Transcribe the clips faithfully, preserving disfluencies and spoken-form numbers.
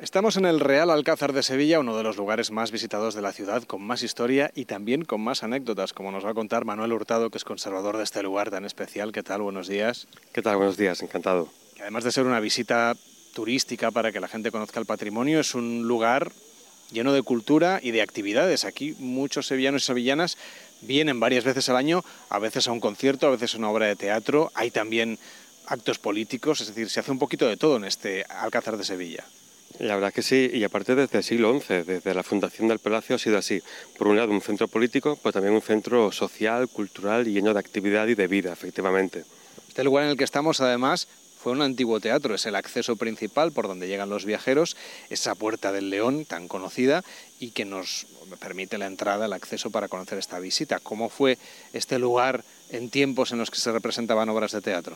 Estamos en el Real Alcázar de Sevilla, uno de los lugares más visitados de la ciudad, con más historia y también con más anécdotas, como nos va a contar Manuel Hurtado, que es conservador de este lugar tan especial. ¿Qué tal? Buenos días. ¿Qué tal? Buenos días, encantado. Que además de ser una visita turística para que la gente conozca el patrimonio, es un lugar lleno de cultura y de actividades. Aquí muchos sevillanos y sevillanas vienen varias veces al año, a veces a un concierto, a veces a una obra de teatro. Hay también actos políticos, es decir, se hace un poquito de todo en este Alcázar de Sevilla. La verdad que sí, y aparte desde el siglo once, desde la fundación del Palacio ha sido así. Por un lado un centro político, pero también un centro social, cultural y lleno de actividad y de vida, efectivamente. Este lugar en el que estamos, además, fue un antiguo teatro, es el acceso principal por donde llegan los viajeros, esa Puerta del León tan conocida y que nos permite la entrada, el acceso para conocer esta visita. ¿Cómo fue este lugar en tiempos en los que se representaban obras de teatro?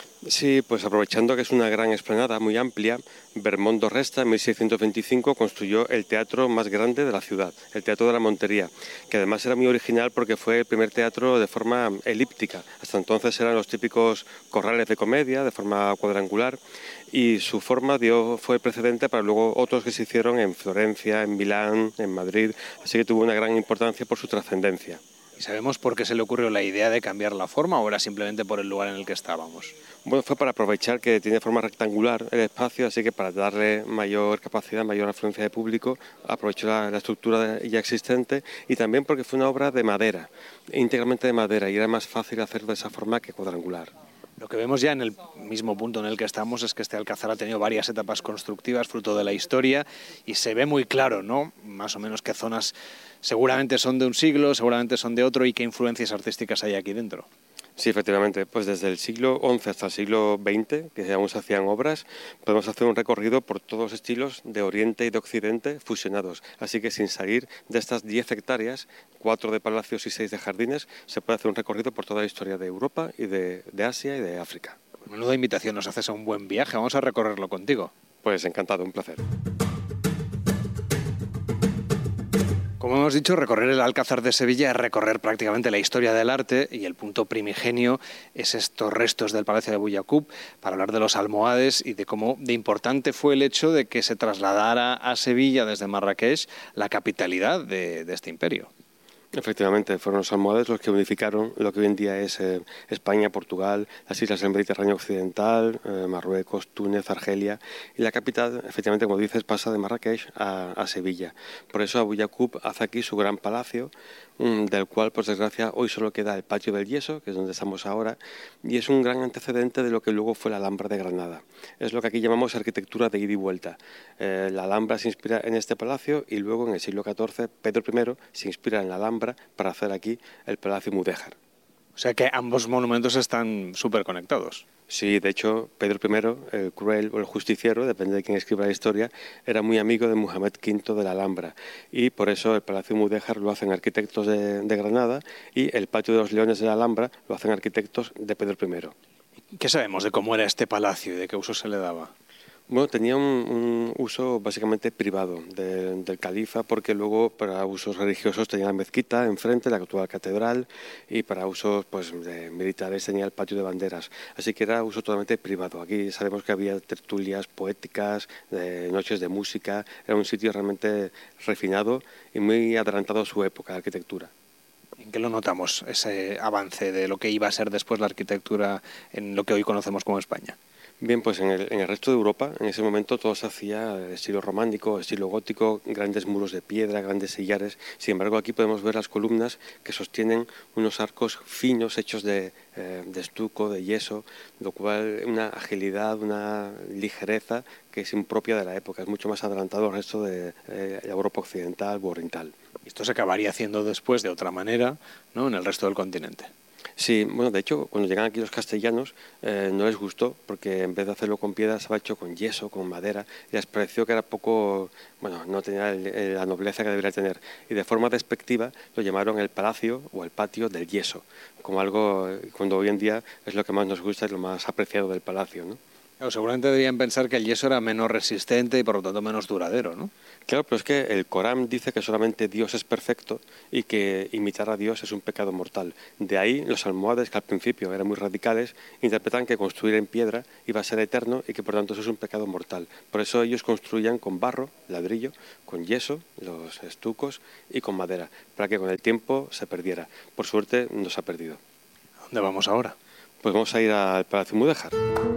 Sí, pues aprovechando que es una gran explanada muy amplia, Bermondo Resta en mil seiscientos veinticinco construyó el teatro más grande de la ciudad, el Teatro de la Montería, que además era muy original porque fue el primer teatro de forma elíptica. Hasta entonces eran los típicos corrales de comedia de forma cuadrangular y su forma dio, fue precedente para luego otros que se hicieron en Florencia, en Milán, en Madrid, así que tuvo una gran importancia por su trascendencia. ¿Y sabemos por qué se le ocurrió la idea de cambiar la forma o era simplemente por el lugar en el que estábamos? Bueno, fue para aprovechar que tiene forma rectangular el espacio, así que para darle mayor capacidad, mayor afluencia de público, aprovechó la, la estructura ya existente y también porque fue una obra de madera, íntegramente de madera, y era más fácil hacerlo de esa forma que cuadrangular. Lo que vemos ya en el mismo punto en el que estamos es que este alcázar ha tenido varias etapas constructivas, fruto de la historia, y se ve muy claro, ¿no? Más o menos qué zonas seguramente son de un siglo, seguramente son de otro y qué influencias artísticas hay aquí dentro. Sí, efectivamente, pues desde el siglo once hasta el siglo veinte, que aún se hacían obras, podemos hacer un recorrido por todos los estilos de Oriente y de Occidente fusionados. Así que sin salir de estas diez hectáreas, cuatro de palacios y seis de jardines, se puede hacer un recorrido por toda la historia de Europa y de, de Asia y de África. Menuda invitación, nos haces a un buen viaje, vamos a recorrerlo contigo. Pues encantado, un placer. Como hemos dicho, recorrer el Alcázar de Sevilla es recorrer prácticamente la historia del arte y el punto primigenio es estos restos del Palacio de Abu para hablar de los almohades y de cómo de importante fue el hecho de que se trasladara a Sevilla desde Marrakech la capitalidad de, de este imperio. Efectivamente, fueron los almohades los que unificaron lo que hoy en día es eh, España, Portugal, las islas del Mediterráneo occidental, eh, Marruecos, Túnez, Argelia, y la capital, efectivamente, como dices, pasa de Marrakech a, a Sevilla. Por eso Abu Yaqub hace aquí su gran palacio, um, del cual, por desgracia, hoy solo queda el Patio del Yeso, que es donde estamos ahora, y es un gran antecedente de lo que luego fue la Alhambra de Granada. Es lo que aquí llamamos arquitectura de ida y vuelta. Eh, la Alhambra se inspira en este palacio y luego, en el siglo catorce, Pedro primero se inspira en la Alhambra para hacer aquí el Palacio Mudéjar. O sea que ambos monumentos están súper conectados. Sí, de hecho, Pedro primero, el cruel o el justiciero, depende de quién escriba la historia, era muy amigo de Muhammad quinto de la Alhambra y por eso el Palacio Mudéjar lo hacen arquitectos de, de Granada y el Patio de los Leones de la Alhambra lo hacen arquitectos de Pedro primero. ¿Qué sabemos de cómo era este palacio y de qué uso se le daba? Bueno, tenía un, un uso básicamente privado de, del califa porque luego para usos religiosos tenía la mezquita enfrente, la actual catedral, y para usos pues, de militares tenía el patio de banderas. Así que era uso totalmente privado. Aquí sabemos que había tertulias poéticas, de noches de música, era un sitio realmente refinado y muy adelantado a su época de arquitectura. ¿En qué lo notamos, ese avance de lo que iba a ser después la arquitectura en lo que hoy conocemos como España? Bien, pues en el, en el resto de Europa, en ese momento todo se hacía estilo románico, estilo gótico, grandes muros de piedra, grandes sillares. Sin embargo, aquí podemos ver las columnas que sostienen unos arcos finos hechos de, eh, de estuco, de yeso, lo cual una agilidad, una ligereza que es impropia de la época, es mucho más adelantado al resto de eh, Europa occidental u oriental. Esto se acabaría haciendo después de otra manera, ¿no?, en el resto del continente. Sí, bueno, de hecho, cuando llegan aquí los castellanos eh, no les gustó porque en vez de hacerlo con piedra estaba hecho con yeso, con madera, y les pareció que era poco, bueno, no tenía el, el, la nobleza que debería tener. Y de forma despectiva lo llamaron el palacio o el patio del yeso, como algo, cuando hoy en día es lo que más nos gusta, es lo más apreciado del palacio, ¿no? Claro, seguramente debían pensar que el yeso era menos resistente y por lo tanto menos duradero, ¿no? Claro, pero es que el Corán dice que solamente Dios es perfecto y que imitar a Dios es un pecado mortal. De ahí los almohades, que al principio eran muy radicales, interpretan que construir en piedra iba a ser eterno y que por tanto eso es un pecado mortal. Por eso ellos construían con barro, ladrillo, con yeso, los estucos y con madera, para que con el tiempo se perdiera. Por suerte no se ha perdido. ¿A dónde vamos ahora? Pues vamos a ir al Palacio Mudéjar.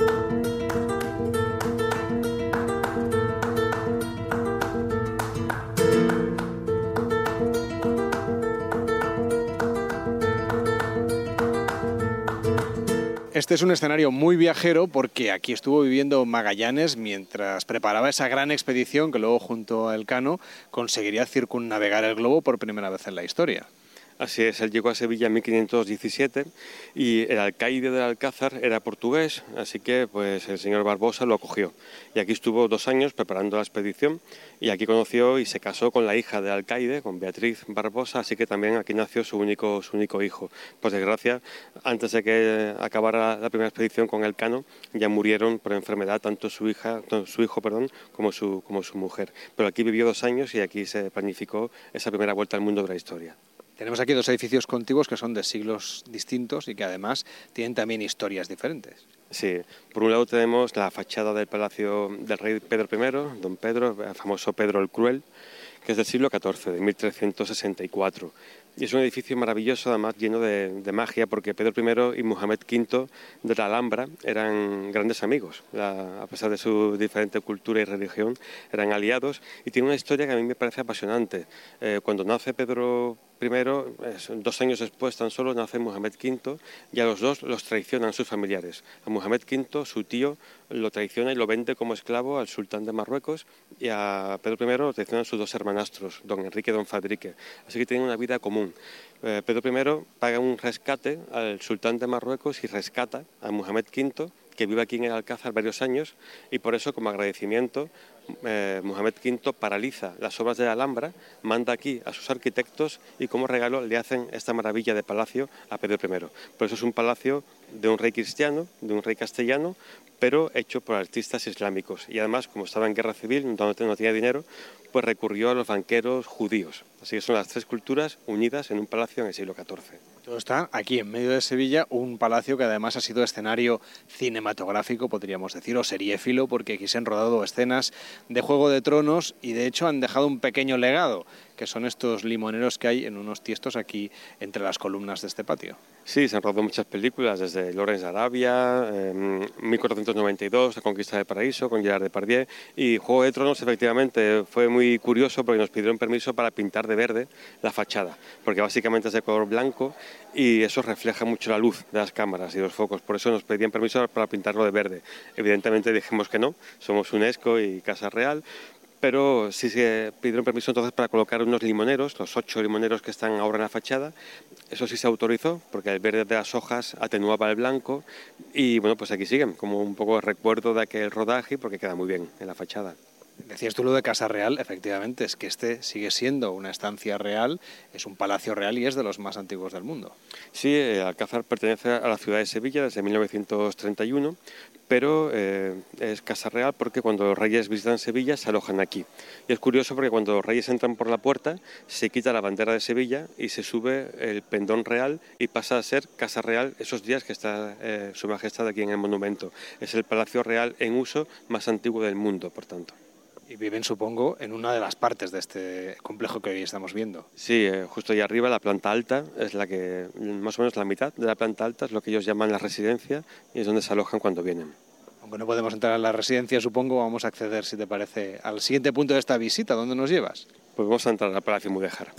Este es un escenario muy viajero porque aquí estuvo viviendo Magallanes mientras preparaba esa gran expedición que luego junto a Elcano conseguiría circunnavegar el globo por primera vez en la historia. Así es, él llegó a Sevilla en mil quinientos diecisiete y el alcaide del Alcázar era portugués, así que pues el señor Barbosa lo acogió. Y aquí estuvo dos años preparando la expedición y aquí conoció y se casó con la hija del alcaide, con Beatriz Barbosa, así que también aquí nació su único, su único hijo. Por desgracia, antes de que acabara la primera expedición con Elcano, ya murieron por enfermedad tanto su hija, su hijo, perdón, como su, como su mujer. Pero aquí vivió dos años y aquí se planificó esa primera vuelta al mundo de la historia. Tenemos aquí dos edificios contiguos que son de siglos distintos y que además tienen también historias diferentes. Sí, por un lado tenemos la fachada del Palacio del Rey Pedro primero, don Pedro, el famoso Pedro el Cruel, que es del siglo catorce, de mil trescientos sesenta y cuatro. Y es un edificio maravilloso, además lleno de, de magia, porque Pedro primero y Mohamed quinto de la Alhambra eran grandes amigos. La, a pesar de su diferente cultura y religión, eran aliados. Y tiene una historia que a mí me parece apasionante. Eh, cuando nace Pedro primero, eh, dos años después tan solo, nace Mohamed quinto, y a los dos los traicionan sus familiares. A Mohamed quinto, su tío, lo traiciona y lo vende como esclavo al sultán de Marruecos, y a Pedro primero lo traicionan sus dos hermanastros, don Enrique y don Fadrique. Así que tienen una vida común. Eh, Pedro primero paga un rescate al sultán de Marruecos y rescata a Mohamed quinto, que vive aquí en el Alcázar varios años, y por eso, como agradecimiento, eh, Mohamed quinto paraliza las obras de la Alhambra, manda aquí a sus arquitectos y como regalo le hacen esta maravilla de palacio a Pedro primero. Por eso es un palacio de un rey cristiano, de un rey castellano, pero hecho por artistas islámicos. Y además, como estaba en guerra civil, no, no tenía dinero, pues recurrió a los banqueros judíos. Así que son las tres culturas unidas en un palacio en el siglo catorce. Todo está aquí en medio de Sevilla, un palacio que además ha sido escenario cinematográfico, podríamos decir, o seriéfilo, porque aquí se han rodado escenas de Juego de Tronos y de hecho han dejado un pequeño legado, que son estos limoneros que hay en unos tiestos aquí entre las columnas de este patio. Sí, se han rodado muchas películas, desde Lawrence de Arabia, eh, mil cuatrocientos noventa y dos, La conquista del paraíso, con Gerard Depardieu, y Juego de Tronos, efectivamente, fue muy curioso porque nos pidieron permiso para pintar de verde la fachada, porque básicamente es de color blanco y eso refleja mucho la luz de las cámaras y los focos, por eso nos pedían permiso para pintarlo de verde. Evidentemente dijimos que no, somos UNESCO y Casa Real, pero sí se pidieron permiso entonces para colocar unos limoneros, los ocho limoneros que están ahora en la fachada. Eso sí se autorizó, porque el verde de las hojas atenuaba el blanco y bueno, pues aquí siguen, como un poco de recuerdo de aquel rodaje, porque queda muy bien en la fachada. Decías tú lo de Casa Real, efectivamente, es que este sigue siendo una estancia real, es un palacio real y es de los más antiguos del mundo. Sí, el Alcázar pertenece a la ciudad de Sevilla desde mil novecientos treinta y uno, pero eh, es Casa Real porque cuando los reyes visitan Sevilla se alojan aquí. Y es curioso porque cuando los reyes entran por la puerta se quita la bandera de Sevilla y se sube el pendón real y pasa a ser Casa Real esos días que está eh, su majestad aquí en el monumento. Es el palacio real en uso más antiguo del mundo, por tanto. Y viven, supongo, en una de las partes de este complejo que hoy estamos viendo. Sí, eh, justo ahí arriba, la planta alta, es la que, más o menos la mitad de la planta alta es lo que ellos llaman la residencia y es donde se alojan cuando vienen. Aunque no podemos entrar a la residencia, supongo, vamos a acceder, si te parece, al siguiente punto de esta visita. ¿Dónde nos llevas? Pues vamos a entrar al Palacio Mudéjar.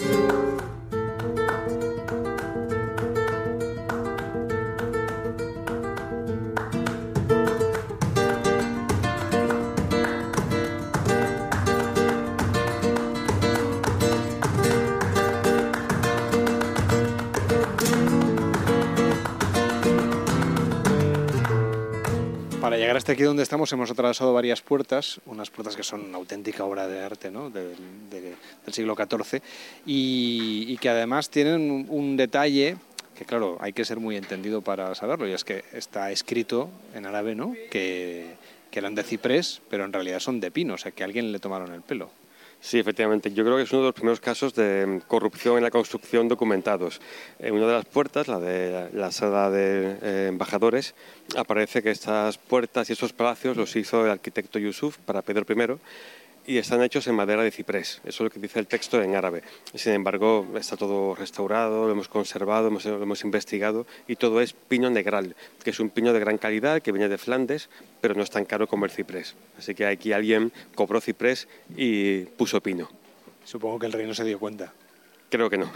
Para llegar hasta aquí donde estamos hemos atravesado varias puertas, unas puertas que son una auténtica obra de arte, ¿no? de, de, del siglo catorce y, y que además tienen un, un detalle que, claro, hay que ser muy entendido para saberlo, y es que está escrito en árabe, ¿no? que, que eran de ciprés, pero en realidad son de pino, o sea que a alguien le tomaron el pelo. Sí, efectivamente. Yo creo que es uno de los primeros casos de corrupción en la construcción documentados. En una de las puertas, la de la sala de eh, embajadores, aparece que estas puertas y estos palacios los hizo el arquitecto Yusuf para Pedro primero y están hechos en madera de ciprés. Eso es lo que dice el texto en árabe. Sin embargo, está todo restaurado, lo hemos conservado, hemos, lo hemos investigado y todo es pino negral, que es un pino de gran calidad que viene de Flandes, pero no es tan caro como el ciprés. Así que aquí alguien cobró ciprés y puso pino. Supongo que el rey no se dio cuenta. Creo que no.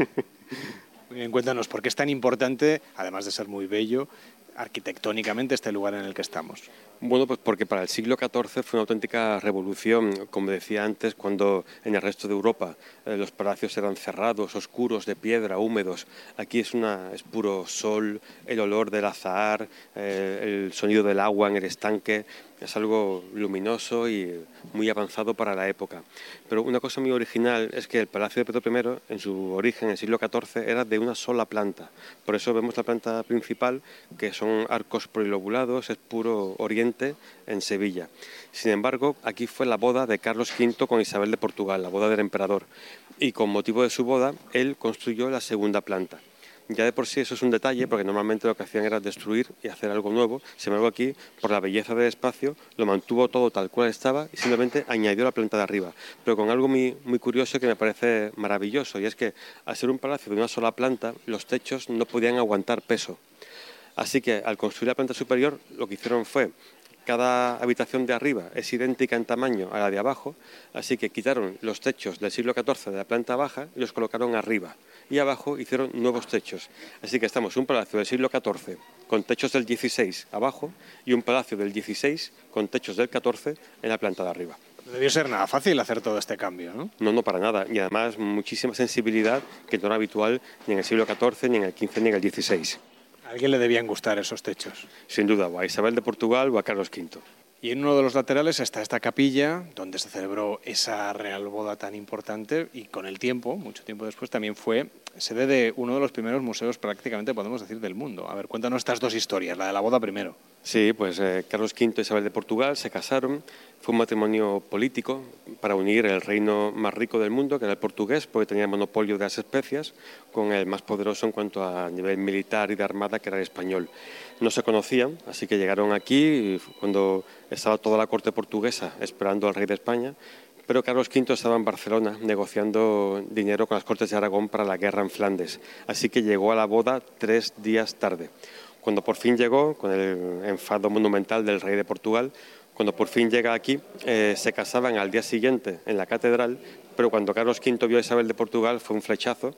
Muy bien, cuéntanos, ¿por qué es tan importante, además de ser muy bello, arquitectónicamente este lugar en el que estamos? Bueno, pues porque para el siglo catorce fue una auténtica revolución, como decía antes, cuando en el resto de Europa eh, los palacios eran cerrados, oscuros, de piedra, húmedos. Aquí es, una, es puro sol, el olor del azahar, eh, el sonido del agua en el estanque. Es algo luminoso y muy avanzado para la época. Pero una cosa muy original es que el Palacio de Pedro primero, en su origen, en el siglo catorce, era de una sola planta. Por eso vemos la planta principal, que son arcos polilobulados, es puro oriente en Sevilla. Sin embargo, aquí fue la boda de Carlos quinto con Isabel de Portugal, la boda del emperador. Y con motivo de su boda, él construyó la segunda planta. Ya de por sí eso es un detalle, porque normalmente lo que hacían era destruir y hacer algo nuevo. Sin embargo, aquí, por la belleza del espacio, lo mantuvo todo tal cual estaba y simplemente añadió la planta de arriba. Pero con algo muy, muy curioso que me parece maravilloso, y es que al ser un palacio de una sola planta, los techos no podían aguantar peso. Así que al construir la planta superior, lo que hicieron fue: cada habitación de arriba es idéntica en tamaño a la de abajo, así que quitaron los techos del siglo catorce de la planta baja y los colocaron arriba. Y abajo hicieron nuevos techos. Así que estamos en un palacio del siglo catorce con techos del dieciséis abajo y un palacio del dieciséis con techos del catorce en la planta de arriba. No debió ser nada fácil hacer todo este cambio, ¿no? No, no, para nada. Y además muchísima sensibilidad que no era habitual ni en el siglo catorce, ni en el quince, ni en el dieciséis. A alguien le debían gustar esos techos. Sin duda, o a Isabel de Portugal o a Carlos quinto. Y en uno de los laterales está esta capilla donde se celebró esa real boda tan importante y con el tiempo, mucho tiempo después, también fue sede de uno de los primeros museos prácticamente, podemos decir, del mundo. A ver, cuéntanos estas dos historias, la de la boda primero. Sí, pues eh, Carlos quinto y Isabel de Portugal se casaron. Fue un matrimonio político para unir el reino más rico del mundo, que era el portugués, porque tenía el monopolio de las especias, con el más poderoso en cuanto a nivel militar y de armada, que era el español. No se conocían, así que llegaron aquí cuando estaba toda la corte portuguesa esperando al rey de España, pero Carlos quinto estaba en Barcelona negociando dinero con las Cortes de Aragón para la guerra en Flandes, así que llegó a la boda tres días tarde. Cuando por fin llegó, con el enfado monumental del rey de Portugal, cuando por fin llega aquí, eh, se casaban al día siguiente en la catedral, pero cuando Carlos quinto vio a Isabel de Portugal fue un flechazo.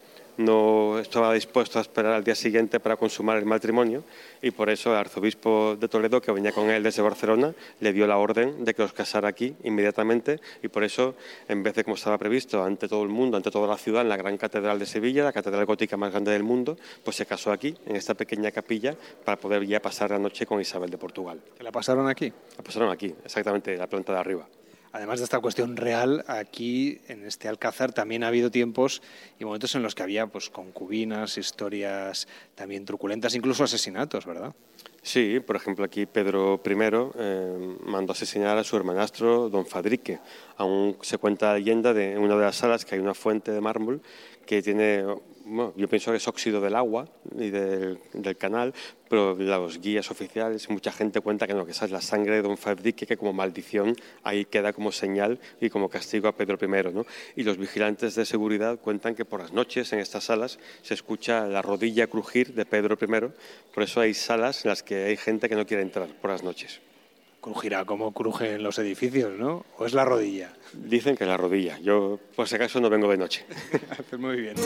No estaba dispuesto a esperar al día siguiente para consumar el matrimonio y por eso el arzobispo de Toledo, que venía con él desde Barcelona, le dio la orden de que los casara aquí inmediatamente y por eso, en vez de como estaba previsto, ante todo el mundo, ante toda la ciudad, en la gran catedral de Sevilla, la catedral gótica más grande del mundo, pues se casó aquí, en esta pequeña capilla, para poder ya pasar la noche con Isabel de Portugal. ¿Que la pasaron aquí? La pasaron aquí, exactamente, en la planta de arriba. Además de esta cuestión real, aquí en este alcázar también ha habido tiempos y momentos en los que había pues concubinas, historias también truculentas, incluso asesinatos, ¿verdad? Sí, por ejemplo, aquí Pedro primero eh, mandó asesinar a su hermanastro, don Fadrique. Aún se cuenta la leyenda de en una de las salas que hay una fuente de mármol que tiene, bueno, yo pienso que es óxido del agua y del, del canal, pero los guías oficiales, mucha gente cuenta que no, que esa es la sangre de don Fadrique, que como maldición ahí queda como señal y como castigo a Pedro primero, ¿no? Y los vigilantes de seguridad cuentan que por las noches en estas salas se escucha la rodilla crujir de Pedro primero, por eso hay salas en las que hay gente que no quiere entrar por las noches. Crujirá como crujen los edificios, ¿no? ¿O es la rodilla? Dicen que es la rodilla. Yo, por si acaso, no vengo de noche. Muy bien.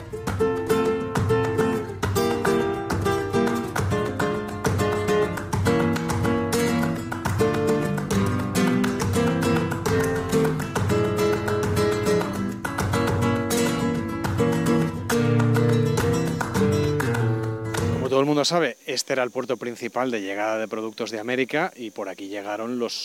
Todo el mundo sabe, este era el puerto principal de llegada de productos de América y por aquí llegaron los, en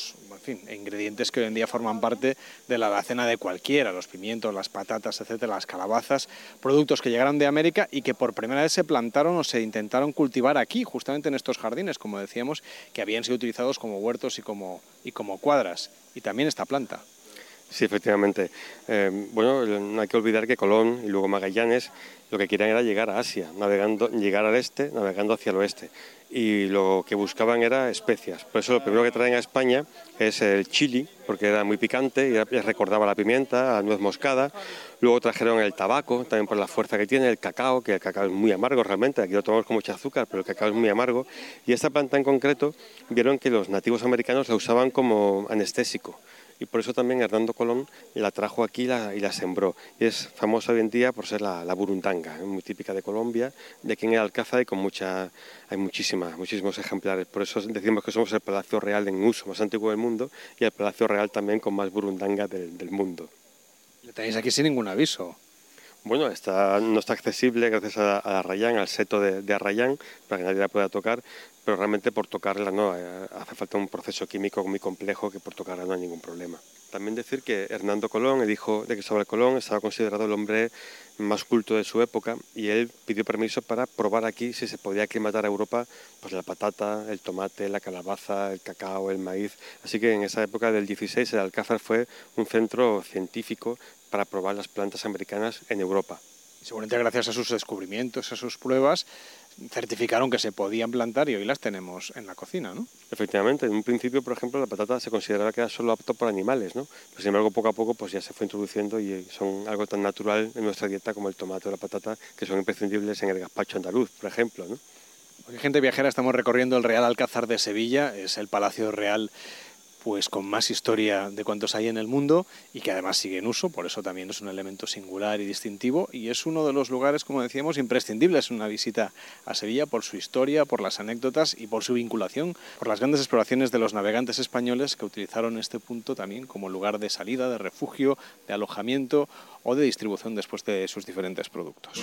fin, ingredientes que hoy en día forman parte de la alacena de cualquiera, los pimientos, las patatas, etcétera, las calabazas, productos que llegaron de América y que por primera vez se plantaron o se intentaron cultivar aquí, justamente en estos jardines, como decíamos, que habían sido utilizados como huertos y como, y como cuadras, y también esta planta. Sí, efectivamente. Eh, bueno, no hay que olvidar que Colón y luego Magallanes lo que querían era llegar a Asia, navegando, llegar al este, navegando hacia el oeste. Y lo que buscaban era especias. Por eso lo primero que traen a España es el chili, porque era muy picante y recordaba la pimienta, la nuez moscada. Luego trajeron el tabaco, también por la fuerza que tiene, el cacao, que el cacao es muy amargo realmente, aquí lo tomamos con mucho azúcar, pero el cacao es muy amargo. Y esta planta en concreto vieron que los nativos americanos la usaban como anestésico. Y por eso también Hernando Colón la trajo aquí y la, y la sembró. Y es famosa hoy en día por ser la, la burundanga, muy típica de Colombia, de aquí en el Alcázar y con mucha, hay muchísimas, muchísimos ejemplares. Por eso decimos que somos el palacio real en uso más antiguo del mundo y el palacio real también con más burundanga del, del mundo. Lo tenéis aquí sin ningún aviso. Bueno, está, no está accesible gracias a, a Arrayán, al seto de, de Arrayán, para que nadie la pueda tocar, pero realmente por tocarla no, hace falta un proceso químico muy complejo que por tocarla no hay ningún problema. También decir que Hernando Colón, el hijo de Cristóbal Colón, estaba considerado el hombre más culto de su época y él pidió permiso para probar aquí si se podía aclimatar a Europa pues la patata, el tomate, la calabaza, el cacao, el maíz. Así que en esa época del dieciséis el Alcázar fue un centro científico para probar las plantas americanas en Europa. Seguramente gracias a sus descubrimientos, a sus pruebas, certificaron que se podían plantar y hoy las tenemos en la cocina, ¿no? Efectivamente, en un principio, por ejemplo, la patata se consideraba que era solo apto para animales, ¿no? Pero, sin embargo, poco a poco pues ya se fue introduciendo y son algo tan natural en nuestra dieta como el tomate o la patata, que son imprescindibles en el gazpacho andaluz, por ejemplo, ¿no? Hoy, Gente Viajera, estamos recorriendo el Real Alcázar de Sevilla, es el palacio real pues con más historia de cuantos hay en el mundo y que además sigue en uso, por eso también es un elemento singular y distintivo y es uno de los lugares, como decíamos, imprescindibles en una visita a Sevilla por su historia, por las anécdotas y por su vinculación, por las grandes exploraciones de los navegantes españoles que utilizaron este punto también como lugar de salida, de refugio, de alojamiento o de distribución después de sus diferentes productos.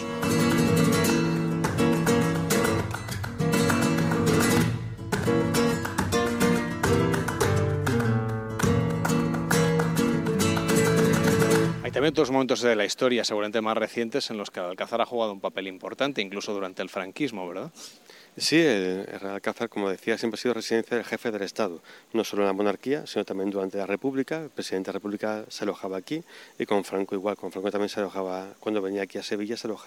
También otros momentos de la historia, seguramente más recientes, en los que el Alcázar ha jugado un papel importante, incluso durante el franquismo, ¿verdad? Sí, el Real Alcázar, como decía, siempre ha sido residencia del jefe del Estado, no solo en la monarquía, sino también durante la República. El presidente de la República se alojaba aquí y con Franco igual, con Franco también se alojaba, cuando venía aquí a Sevilla se alojaba